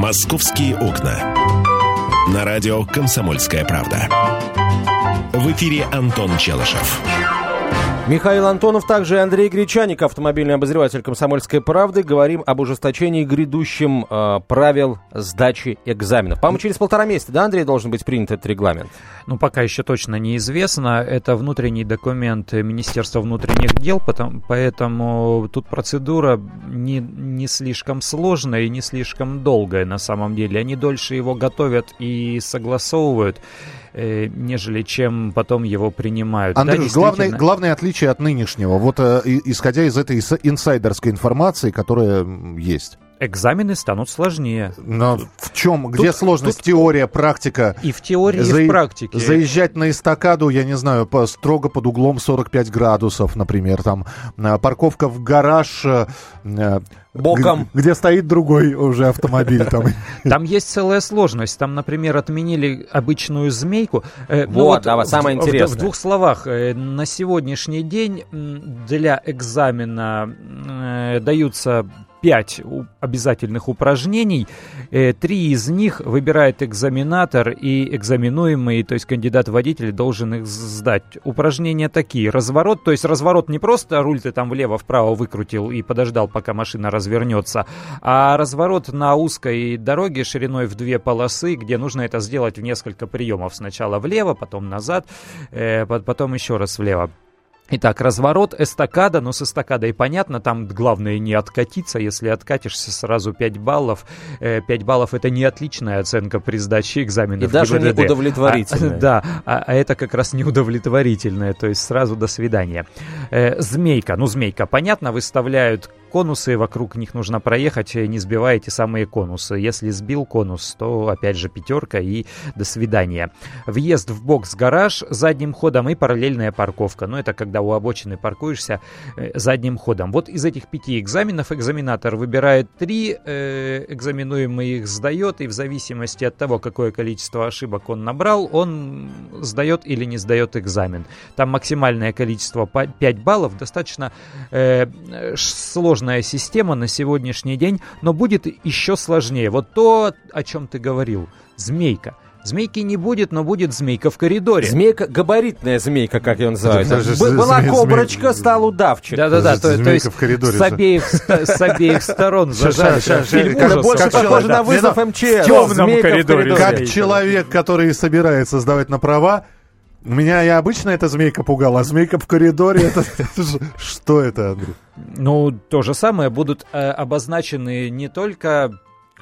«Московские окна». На радио «Комсомольская правда». В эфире Антон Челышев. Михаил Антонов, также и Андрей Гречаник, автомобильный обозреватель «Комсомольской правды». Говорим об ужесточении грядущим правил сдачи экзаменов. По-моему, через 1,5 месяца, да, Андрей, должен быть принят этот регламент? Ну, пока еще точно неизвестно. Это внутренний документ Министерства внутренних дел, поэтому тут процедура не слишком сложная и не слишком долгая на самом деле. Они дольше его готовят и согласовывают, нежели чем потом его принимают. Андрюш, да, главное отличие от нынешнего, вот исходя из этой инсайдерской информации, которая есть. Экзамены станут сложнее. Но в чем? Где сложность? Теория, практика? И в теории, и в практике. Заезжать на эстакаду, я не знаю, строго под углом 45 градусов, например. Там парковка в гараж... боком. Где стоит другой уже автомобиль. Там есть целая сложность. Там, например, отменили обычную змейку. Самое интересное. В 2 словах. На сегодняшний день для экзамена даются 5 обязательных упражнений. 3 из них выбирает экзаменатор и экзаменуемый, то есть кандидат-водитель должен их сдать. Упражнения такие. Разворот, то есть разворот не просто руль ты там влево-вправо выкрутил и подождал, пока машина развернется, а разворот на узкой дороге шириной в 2 полосы, где нужно это сделать в несколько приемов. Сначала влево, потом назад, потом еще раз влево. Итак, разворот, эстакада, но с эстакадой понятно, там главное не откатиться, если откатишься, сразу 5 баллов. 5 баллов — это не отличная оценка при сдаче экзаменов. И даже не удовлетворительная. Да, а это как раз неудовлетворительное, то есть сразу до свидания. Змейка, змейка, понятно, выставляют конусы, вокруг них нужно проехать, не сбивайте самые конусы. Если сбил конус, то опять же 5 и до свидания. Въезд в бокс-гараж задним ходом и параллельная парковка. Это когда у обочины паркуешься задним ходом. Вот из этих 5 экзаменов экзаменатор выбирает 3, экзаменуемый их сдает, и в зависимости от того, какое количество ошибок он набрал, он сдает или не сдает экзамен. Там максимальное количество 5 баллов, достаточно сложная система на сегодняшний день, но будет еще сложнее. Вот то, о чем ты говорил, змейка. Змейки не будет, но будет змейка в коридоре. Змейка, габаритная змейка, как ее называют. Была коброчка, стал удавчик. Да-да-да, то есть с обеих сторон зажали. Больше похоже на вызов МЧС. В темном коридоре. Как человек, который собирается сдавать на права, меня и обычно эта змейка пугала, а змейка в коридоре, это что это, Андрей? То же самое, будут обозначены не только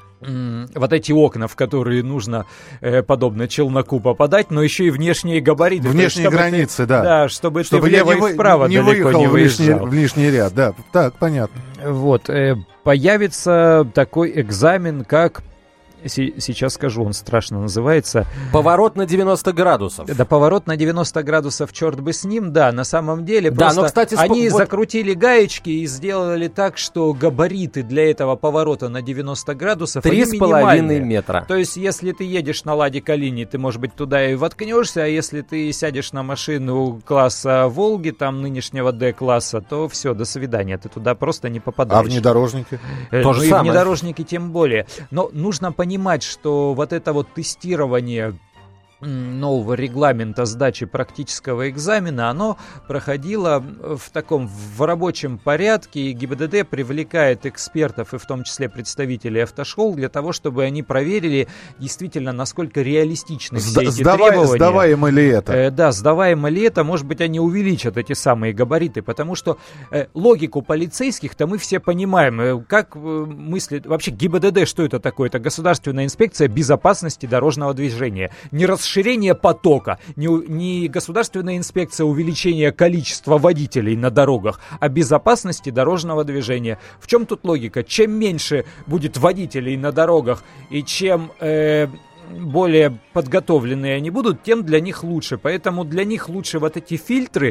вот эти окна, в которые нужно, подобно челноку, попадать, но еще и внешние габариты. Внешние границы, да. Да, чтобы ты влево и вправо далеко не выезжал. В лишний ряд, да. Так, понятно. Вот, появится такой экзамен, как... Сейчас скажу, он страшно называется. Поворот на 90 градусов. Да, поворот на 90 градусов, черт бы с ним, да, на самом деле. Да, просто но, кстати, они закрутили гаечки и сделали так, что габариты для этого поворота на 90 градусов 3,5 метра. То есть, если ты едешь на Ладе Калине, ты, может быть, туда и воткнешься, а если ты сядешь на машину класса Волги, там нынешнего D-класса, то все, до свидания, ты туда просто не попадаешь. А внедорожники? То же самое. Внедорожники тем более. Но нужно понимать, что вот это вот тестирование нового регламента сдачи практического экзамена, оно проходило в рабочем порядке, и ГИБДД привлекает экспертов, и в том числе представителей автошкол, для того, чтобы они проверили действительно, насколько реалистичны все эти требования. Сдаваемо ли это? Да, сдаваемо ли это, может быть, они увеличат эти самые габариты, потому что логику полицейских-то мы все понимаем, как мыслит вообще ГИБДД, что это такое? Это Государственная инспекция безопасности дорожного движения. Не расширение потока, не государственная инспекция увеличения количества водителей на дорогах, а безопасности дорожного движения. В чем тут логика? Чем меньше будет водителей на дорогах и чем более подготовленные они будут, тем для них лучше. Поэтому для них лучше вот эти фильтры,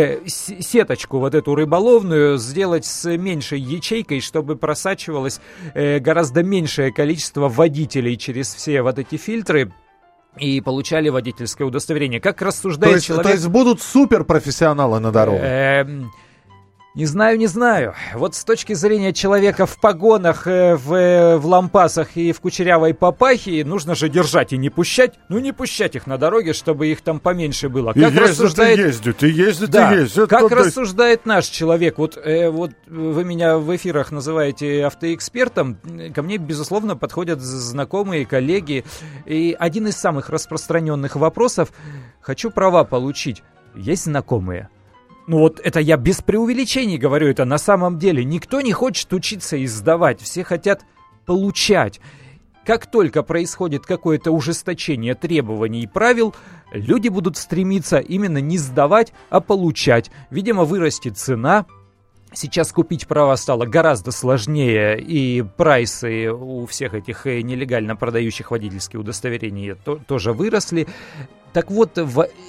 сеточку вот эту рыболовную сделать с меньшей ячейкой, чтобы просачивалось гораздо меньшее количество водителей через все вот эти фильтры и получали водительское удостоверение. Как рассуждает человек... То есть будут суперпрофессионалы на дорогах? Не знаю. Вот с точки зрения человека в погонах, в лампасах и в кучерявой папахе, нужно же держать и не пущать. Ну, не пущать их на дороге, чтобы их там поменьше было. Как ездят. Как рассуждает наш человек. Вот вы меня в эфирах называете автоэкспертом. Ко мне, безусловно, подходят знакомые, коллеги. И один из самых распространенных вопросов: хочу права получить. Есть знакомые? Ну вот это я без преувеличений говорю, это на самом деле. Никто не хочет учиться и сдавать, все хотят получать. Как только происходит какое-то ужесточение требований и правил, люди будут стремиться именно не сдавать, а получать. Видимо, вырастет цена. Сейчас купить права стало гораздо сложнее, и прайсы у всех этих нелегально продающих водительские удостоверения тоже выросли. Так вот,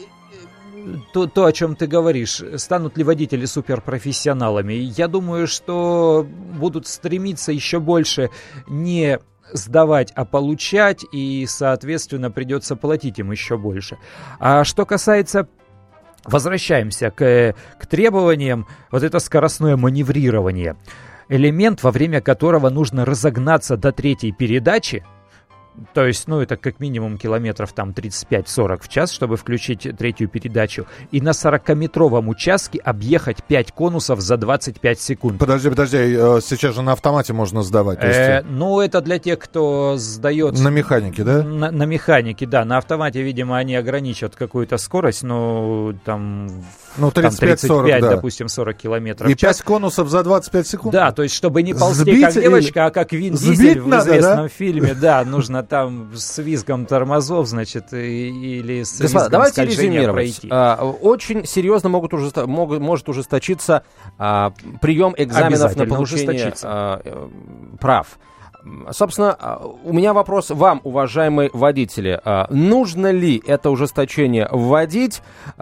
то, о чем ты говоришь, станут ли водители суперпрофессионалами? Я думаю, что будут стремиться еще больше не сдавать, а получать, и, соответственно, придется платить им еще больше. А что касается... Возвращаемся к требованиям. Вот это скоростное маневрирование. Элемент, во время которого нужно разогнаться до третьей передачи. То есть, это как минимум километров там 35-40 в час, чтобы включить третью передачу. И на 40-метровом участке объехать 5 конусов за 25 секунд. Подожди, сейчас же на автомате можно сдавать. Это для тех, кто сдает... На механике, да? На механике, да. На автомате, видимо, они ограничат какую-то скорость, там 35, да. Допустим, 40 километров и в час. 5 конусов за 25 секунд? Да, то есть, чтобы не ползти как девочка, а как Вин Дизель в известном фильме. Да, нужно там с визгом тормозов, значит, или с визгом скольжения пройти. Очень серьезно может ужесточиться прием экзаменов на получение прав. Собственно, у меня вопрос вам, уважаемые водители. Нужно ли это ужесточение вводить?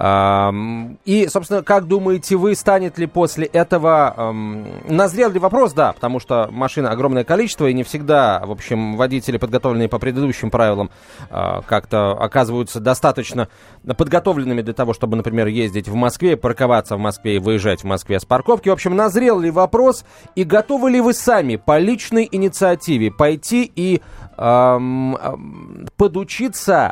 И, собственно, как думаете вы, станет ли после этого... Назрел ли вопрос? Да, потому что машин огромное количество, и не всегда, в общем, водители, подготовленные по предыдущим правилам, как-то оказываются достаточно подготовленными для того, чтобы, например, ездить в Москве, парковаться в Москве и выезжать в Москве с парковки. В общем, назрел ли вопрос, и готовы ли вы сами по личной инициативе пойти и подучиться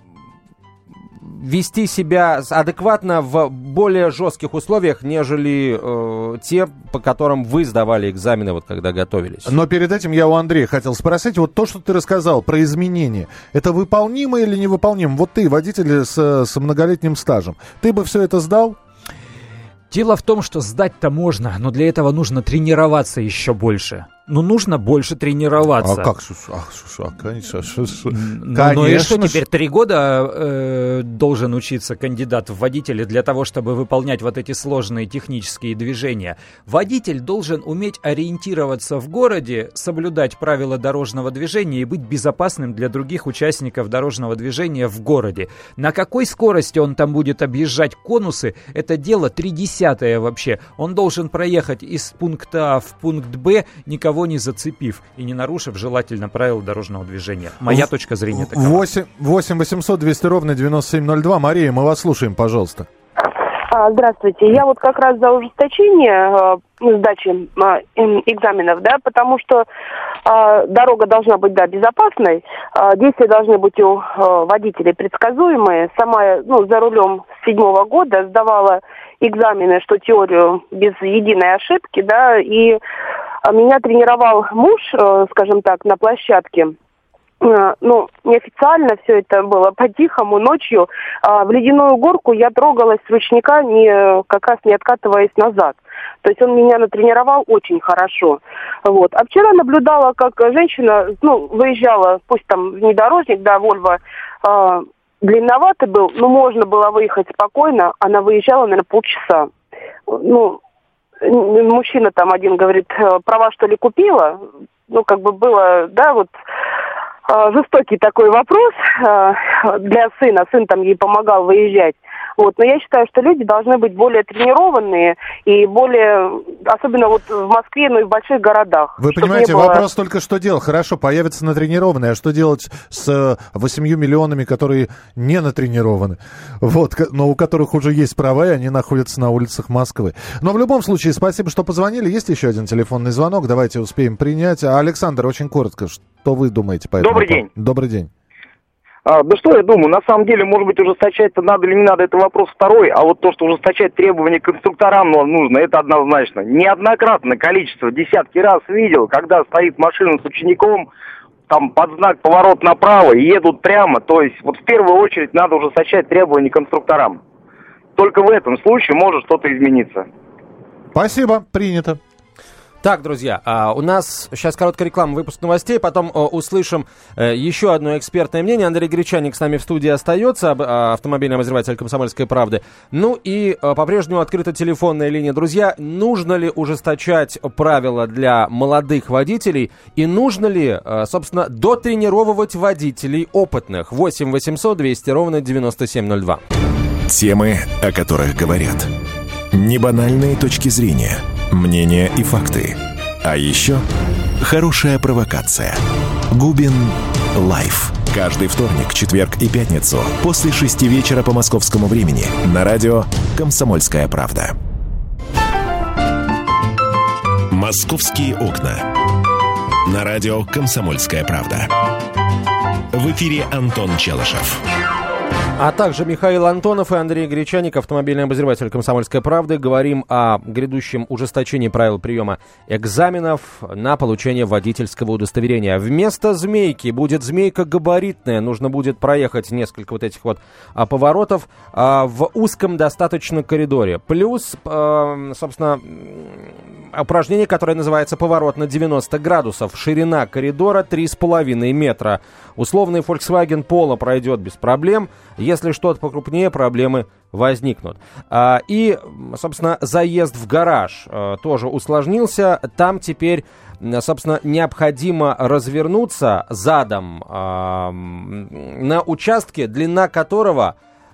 вести себя адекватно в более жестких условиях, нежели те, по которым вы сдавали экзамены, вот когда готовились? Но перед этим я у Андрея хотел спросить, вот то, что ты рассказал про изменения, это выполнимо или невыполнимо? Вот ты, водитель с многолетним стажем, ты бы все это сдал? Дело в том, что сдать-то можно, но для этого нужно тренироваться еще больше. Нужно больше тренироваться. А как? Конечно. Ну и что теперь, 3 года должен учиться кандидат в водители для того, чтобы выполнять вот эти сложные технические движения? Водитель должен уметь ориентироваться в городе, соблюдать правила дорожного движения и быть безопасным для других участников дорожного движения в городе. На какой скорости он там будет объезжать конусы, это дело 0,3 вообще. Он должен проехать из пункта А в пункт Б, никого не зацепив и не нарушив желательно правила дорожного движения. Моя точка зрения такова. 8 800 200 ровно 9702. Мария, мы вас слушаем, пожалуйста. Здравствуйте. Я вот как раз за ужесточение сдачи экзаменов, да, потому что дорога должна быть, да, безопасной, действия должны быть у водителей предсказуемые. Сама, за рулем с 2007 года сдавала экзамены, что теорию без единой ошибки, да, и меня тренировал муж, скажем так, на площадке. Неофициально все это было по-тихому, ночью. В ледяную горку я трогалась с ручника, как раз не откатываясь назад. То есть он меня натренировал очень хорошо. Вот. А вчера наблюдала, как женщина, выезжала, пусть там внедорожник, да, Вольво, длинноватый был, но можно было выехать спокойно. Она выезжала, наверное, полчаса. Мужчина там один говорит, права что ли купила? Было, да, вот жестокий такой вопрос для сына. Сын там ей помогал выезжать. Вот. Но я считаю, что люди должны быть более тренированные и более, особенно вот в Москве, но и в больших городах. Вы понимаете, вопрос только что делать. Хорошо, появятся натренированные, а что делать с 8 миллионами, которые не натренированы? Вот, но у которых уже есть права, и они находятся на улицах Москвы. Но в любом случае, спасибо, что позвонили. Есть еще один телефонный звонок, давайте успеем принять. Александр, очень коротко, что вы думаете по этому поводу? Добрый день. Добрый день. Да что я думаю, на самом деле, может быть, ужесточать-то надо или не надо, это вопрос второй, а вот то, что ужесточать требования к конструкторам нужно, это однозначно. Неоднократно количество, десятки раз видел, когда стоит машина с учеником, там под знак поворот направо и едут прямо, то есть вот в первую очередь надо ужесточать требования к конструкторам. Только в этом случае может что-то измениться. Спасибо, принято. Так, друзья, у нас сейчас короткая реклама, выпуск новостей, потом услышим еще одно экспертное мнение. Андрей Гречаник с нами в студии остается, автомобильный обозреватель «Комсомольской правды». Ну и по-прежнему открыта телефонная линия. Друзья, нужно ли ужесточать правила для молодых водителей и нужно ли, собственно, дотренировывать водителей опытных? 8 800 200 ровно 9702. Темы, о которых говорят. Небанальные точки зрения, мнения и факты. А еще хорошая провокация. Губин Лайф. Каждый вторник, четверг и пятницу после 6 вечера по московскому времени на радио «Комсомольская правда». «Московские окна». На радио «Комсомольская правда». В эфире Антон Челышев. А также Михаил Антонов и Андрей Гречаник, автомобильный обозреватель «Комсомольской правды». Говорим о грядущем ужесточении правил приема экзаменов на получение водительского удостоверения. Вместо змейки будет змейка габаритная. Нужно будет проехать несколько вот этих вот поворотов в узком достаточно коридоре. Плюс, собственно, упражнение, которое называется «Поворот на 90 градусов». Ширина коридора 3,5 метра. Условный Volkswagen Polo пройдет без проблем. Если что-то покрупнее, проблемы возникнут. И, собственно, заезд в гараж тоже усложнился. Там теперь, собственно, необходимо развернуться задом на участке, длина которого,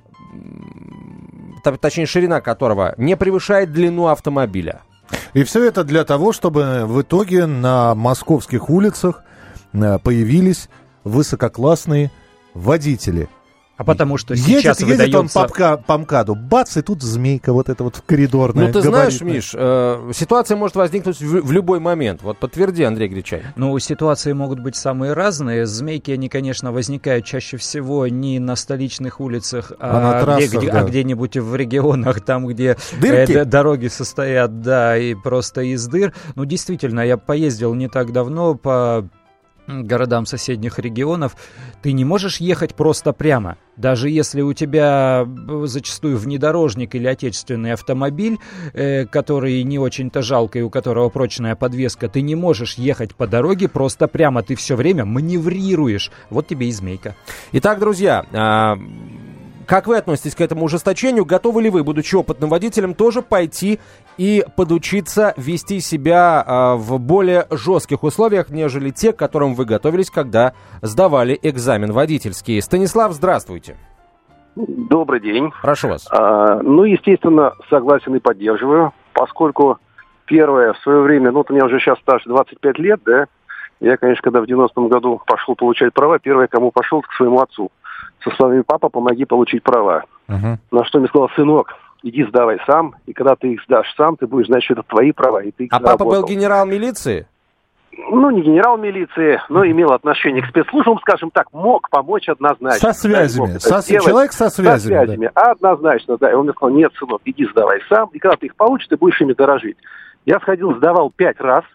точнее, ширина которого не превышает длину автомобиля. И все это для того, чтобы в итоге на московских улицах появились высококлассные водители. А потому что сейчас едет он по МКАДу, бац, и тут змейка вот эта вот коридорная. Ну, ты знаешь, Миш, ситуация может возникнуть в любой момент. Вот подтверди, Андрей Гречаник. Ну, ситуации могут быть самые разные. Змейки, они, конечно, возникают чаще всего не на столичных улицах, на трассах, а где-нибудь в регионах, там, где дороги состоят, да, и просто из дыр. Ну, действительно, я поездил не так давно по городам соседних регионов. Ты не можешь ехать просто прямо. Даже если у тебя зачастую внедорожник или отечественный автомобиль, который не очень-то жалко и у которого прочная подвеска, ты не можешь ехать по дороге просто прямо. Ты все время маневрируешь. Вот тебе и змейка. Итак, друзья, как вы относитесь к этому ужесточению? Готовы ли вы, будучи опытным водителем, тоже пойти и подучиться вести себя в более жестких условиях, нежели те, к которым вы готовились, когда сдавали экзамен водительский? Станислав, здравствуйте. Добрый день. Прошу вас. Естественно, согласен и поддерживаю, поскольку первое, в свое время, у меня уже сейчас стаж 25 лет, да, я, конечно, когда в 90-м году пошел получать права, первое, кому пошел, к своему отцу. Со словами: папа, помоги получить права. На что мне сказал: сынок, иди сдавай сам, и когда ты их сдашь сам, ты будешь знать, что это твои права, и ты их заработал. Папа был генерал милиции? Не генерал милиции, но имел отношение к спецслужбам, скажем так, мог помочь однозначно. Со связями. Человек со связями. Да. Однозначно, да. И он мне сказал: нет, сынок, иди сдавай сам, и когда ты их получишь, ты будешь ими дорожить. Я сходил, сдавал 5 раз.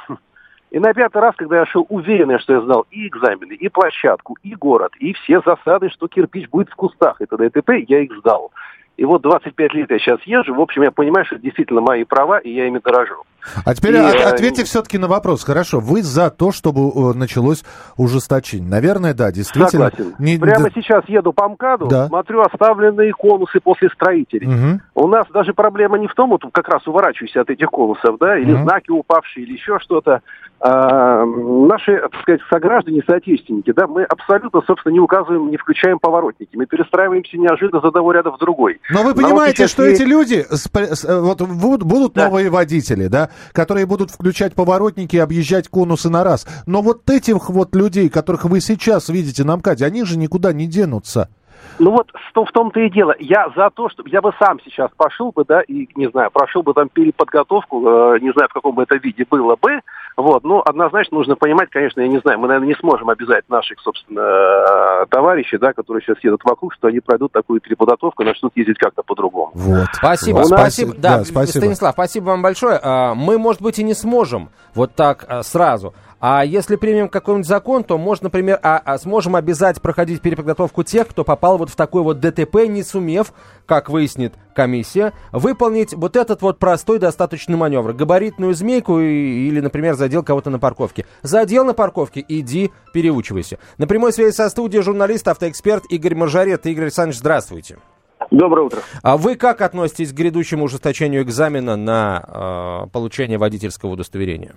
И на 5-й раз, когда я шел уверенный, что я сдал и экзамены, и площадку, и город, и все засады, что кирпич будет в кустах, и т.д. и т.п., я их сдал. И вот 25 лет я сейчас езжу, в общем, я понимаю, что это действительно мои права, и я ими дорожу. А теперь ответьте все-таки на вопрос. Хорошо, вы за то, чтобы началось ужесточение? Наверное, да, действительно. Согласен. Прямо сейчас еду по МКАДу, смотрю оставленные конусы после строителей. У нас даже проблема не в том, вот как раз уворачиваюсь от этих конусов, да, или знаки упавшие, или еще что-то. наши, так сказать, сограждане, соотечественники, да, мы абсолютно, собственно, не указываем, не включаем поворотники. Мы перестраиваемся неожиданно с одного ряда в другой. Но вы понимаете, что эти люди, вот будут новые водители, да, которые будут включать поворотники и объезжать конусы на раз. Но вот этих вот людей, которых вы сейчас видите на МКАДе, они же никуда не денутся. Ну вот в том-то и дело. Я за то, что я бы сам сейчас пошел бы, да, и, не знаю, прошел бы там переподготовку, не знаю, в каком бы это виде было бы, вот, но однозначно нужно понимать, конечно, я не знаю, мы, наверное, не сможем обязать наших, собственно, товарищей, да, которые сейчас едут вокруг, что они пройдут такую переподготовку и начнут ездить как-то по-другому. Вот. Спасибо, Вот. спасибо. Да, спасибо. Станислав, спасибо вам большое. Мы, может быть, и не сможем вот так сразу. А если примем какой-нибудь закон, то, может, например, сможем обязать проходить переподготовку тех, кто попал вот в такой вот ДТП, не сумев, как выяснит комиссия, выполнить вот этот вот простой достаточный маневр. Габаритную змейку или, например, задел кого-то на парковке. Задел на парковке, иди переучивайся. На прямой связи со студией журналист, автоэксперт Игорь Маржарет. Игорь Александрович, здравствуйте. Доброе утро. А вы как относитесь к грядущему ужесточению экзамена на получение водительского удостоверения?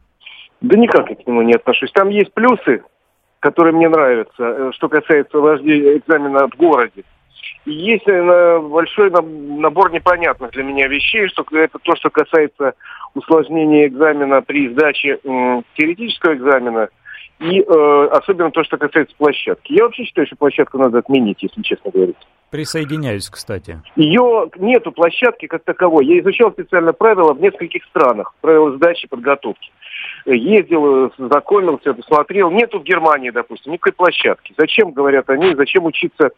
Да никак я к нему не отношусь. Там есть плюсы, которые мне нравятся, что касается вождения экзамена в городе. И есть большой набор непонятных для меня вещей, что это то, что касается усложнения экзамена при сдаче теоретического экзамена, и особенно то, что касается площадки. Я вообще считаю, что площадку надо отменить, если честно говорить. Присоединяюсь, кстати. Ее нету площадки как таковой. Я изучал специально правила в нескольких странах, правила сдачи и подготовки. Ездил, знакомился, посмотрел. Нету в Германии, допустим, никакой площадки. Зачем, говорят они, зачем учиться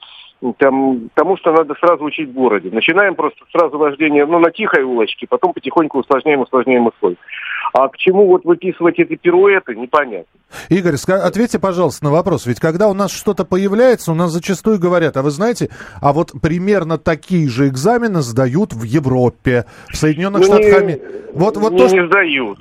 тому, что надо сразу учить в городе. Начинаем просто сразу вождение, на тихой улочке, потом потихоньку усложняем условия. А к чему вот выписывать эти пируэты, непонятно. Игорь, ответьте, пожалуйста, на вопрос. Ведь когда у нас что-то появляется, у нас зачастую говорят, а вы знаете, а вот примерно такие же экзамены сдают в Европе, в Соединенных Штатах Америки. Не сдают.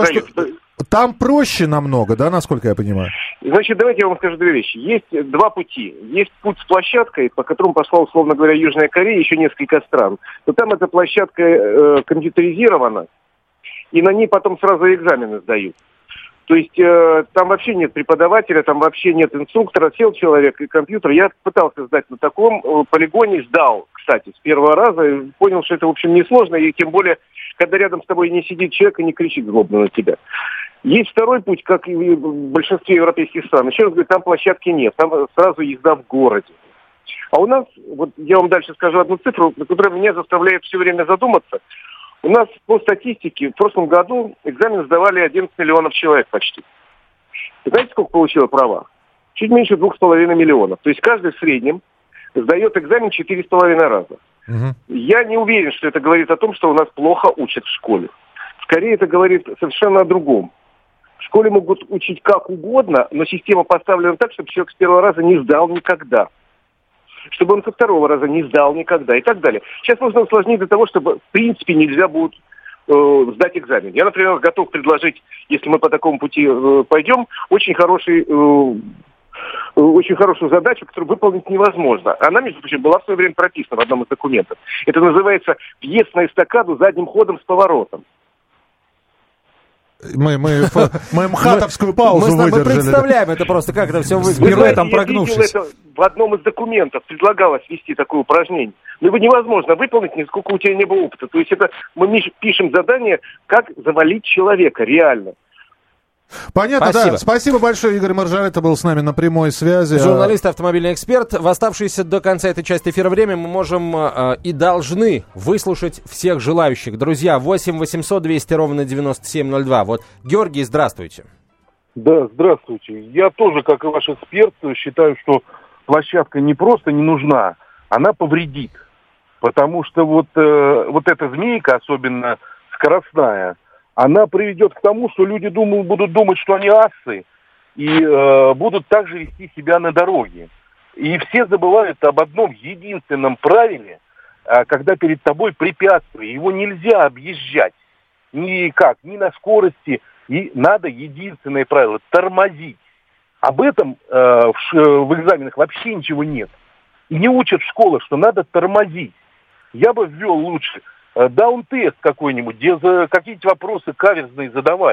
Там проще намного, да, насколько я понимаю? Значит, давайте я вам скажу две вещи. Есть два пути. Есть путь с площадкой, по которому пошла, условно говоря, Южная Корея, еще несколько стран. Но там эта площадка компьютеризирована, и на ней потом сразу экзамены сдают. То есть там вообще нет преподавателя, там вообще нет инструктора. Сел человек и компьютер. Я пытался сдать на таком полигоне, сдал, кстати, с первого раза. И понял, что это, в общем, несложно, и тем более, когда рядом с тобой не сидит человек и не кричит злобно на тебя. Есть второй путь, как и в большинстве европейских стран. Еще раз говорю, там площадки нет, там сразу езда в городе. А у нас, вот я вам дальше скажу одну цифру, которая меня заставляет все время задуматься. У нас по статистике в прошлом году экзамен сдавали 11 миллионов человек почти. Вы знаете, сколько получило права? Чуть меньше 2,5 миллионов. То есть каждый в среднем сдает экзамен 4,5 раза. Угу. Я не уверен, что это говорит о том, что у нас плохо учат в школе. Скорее, это говорит совершенно о другом. В школе могут учить как угодно, но система поставлена так, чтобы человек с первого раза не сдал никогда. Чтобы он со второго раза не сдал никогда и так далее. Сейчас нужно усложнить для того, чтобы в принципе нельзя будет сдать экзамен. Я, например, готов предложить, если мы по такому пути пойдем, очень хорошую задачу, которую выполнить невозможно. Она, между прочим, была в свое время прописана в одном из документов. Это называется въезд на эстакаду задним ходом с поворотом. Мы МХАТовскую паузу выдержали. Мы представляем это просто, как это все выглядит. Я видел это в одном из документов. Предлагалось ввести такое упражнение. Но его невозможно выполнить, нисколько у тебя не было опыта. То есть это мы пишем задание, как завалить человека реально. Понятно, спасибо. Да. Спасибо большое, Игорь Маржарет был с нами на прямой связи. Журналист, автомобильный эксперт. В оставшееся до конца этой части эфира время мы можем и должны выслушать всех желающих. Друзья, 8 800 200 ровно 9702. Вот, Георгий, здравствуйте. Да, здравствуйте. Я тоже, как и ваш эксперт, считаю, что площадка не просто не нужна, она повредит. Потому что вот эта змейка, особенно скоростная, она приведет к тому, что люди будут думать, что они асы, и будут также вести себя на дороге. И все забывают об одном единственном правиле, когда перед тобой препятствие. Его нельзя объезжать никак, ни на скорости. И надо единственное правило – тормозить. Об этом в экзаменах вообще ничего нет. И не учат в школах, что надо тормозить. Я бы ввел лучше даун-тест какой-нибудь, где какие-то вопросы каверзные задавали.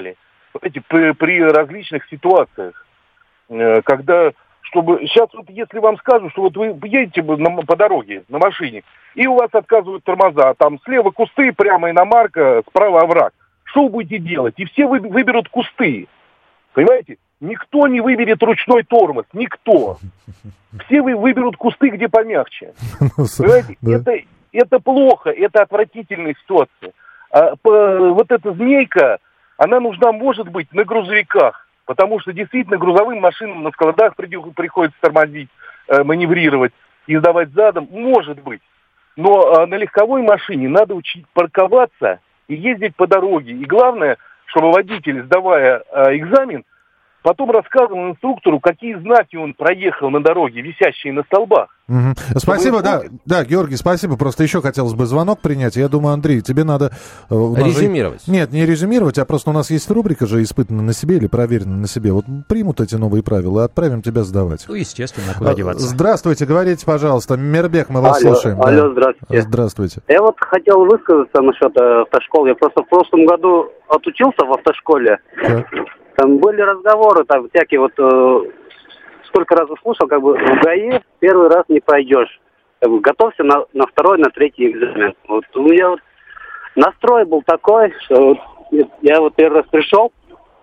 знаете, при различных ситуациях, когда, чтобы... Сейчас вот если вам скажу, что вот вы едете по дороге на машине, и у вас отказывают тормоза, там слева кусты, прямо иномарка, справа овраг. Что вы будете делать? И все выберут кусты. Понимаете? Никто не выберет ручной тормоз. Никто. Все выберут кусты, где помягче. Понимаете? Это плохо, это отвратительная ситуация. Вот эта змейка, она нужна, может быть, на грузовиках. Потому что действительно грузовым машинам на складах приходится тормозить, маневрировать и сдавать задом. Может быть. Но на легковой машине надо учить парковаться и ездить по дороге. И главное, чтобы водитель, сдавая экзамен, потом рассказывал инструктору, какие знаки он проехал на дороге, висящие на столбах. Угу. Спасибо, да, Георгий, спасибо. Просто еще хотелось бы звонок принять. Я думаю, Андрей, тебе надо... резюмировать. Нет, не резюмировать, а просто у нас есть рубрика же «Испытано на себе» или «Проверено на себе». Вот примут эти новые правила и отправим тебя сдавать. Ну, естественно, куда деваться. Здравствуйте, говорите, пожалуйста. Мирбек, мы вас слушаем. Алло, здравствуйте. Здравствуйте. Я вот хотел высказаться насчет автошколы. Я просто в прошлом году отучился в автошколе. Так. Там были разговоры, там всякие вот, сколько раз слушал, как бы в ГАИ первый раз не пройдешь. Как бы, готовься на второй, на третий экзамен. Вот у меня вот настрой был такой, что я вот первый раз пришел,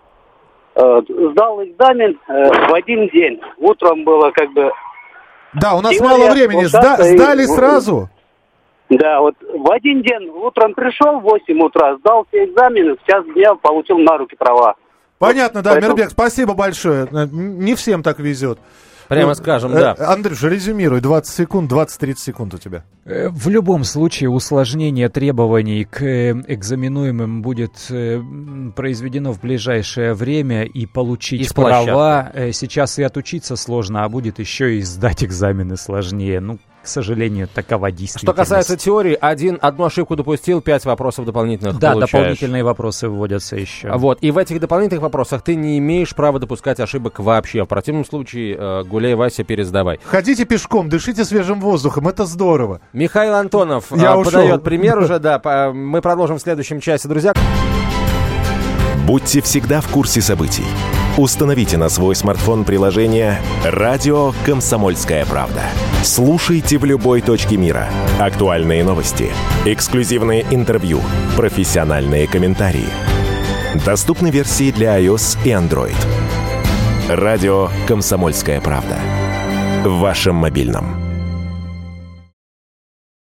сдал экзамен в один день. Утром было как бы... Да, у нас мало времени. Сдали сразу? Да, вот в один день утром пришел в 8 утра, сдал все экзамены, в час дня получил на руки права. Понятно, да, поэтому... Мирбек, спасибо большое. Не всем так везет. Прямо скажем, да. Андрюш, резюмируй, 20 секунд, 20-30 секунд у тебя. В любом случае усложнение требований к экзаменуемым будет произведено в ближайшее время, и получить права сейчас и отучиться сложно, а будет еще и сдать экзамены сложнее. Ну, к сожалению, такова действительность. Что касается теории, одну ошибку допустил, 5 вопросов дополнительных да, получаешь. Дополнительные вопросы вводятся еще. Вот, и в этих дополнительных вопросах ты не имеешь права допускать ошибок вообще. В противном случае гуляй, Вася, пересдавай. Ходите пешком, дышите свежим воздухом, это здорово. Михаил Антонов подает пример уже, да. Мы продолжим в следующем часе, друзья. Будьте всегда в курсе событий. Установите на свой смартфон приложение «Радио Комсомольская правда». Слушайте в любой точке мира. Актуальные новости, эксклюзивные интервью, профессиональные комментарии. Доступны версии для iOS и Android. «Радио Комсомольская правда». В вашем мобильном.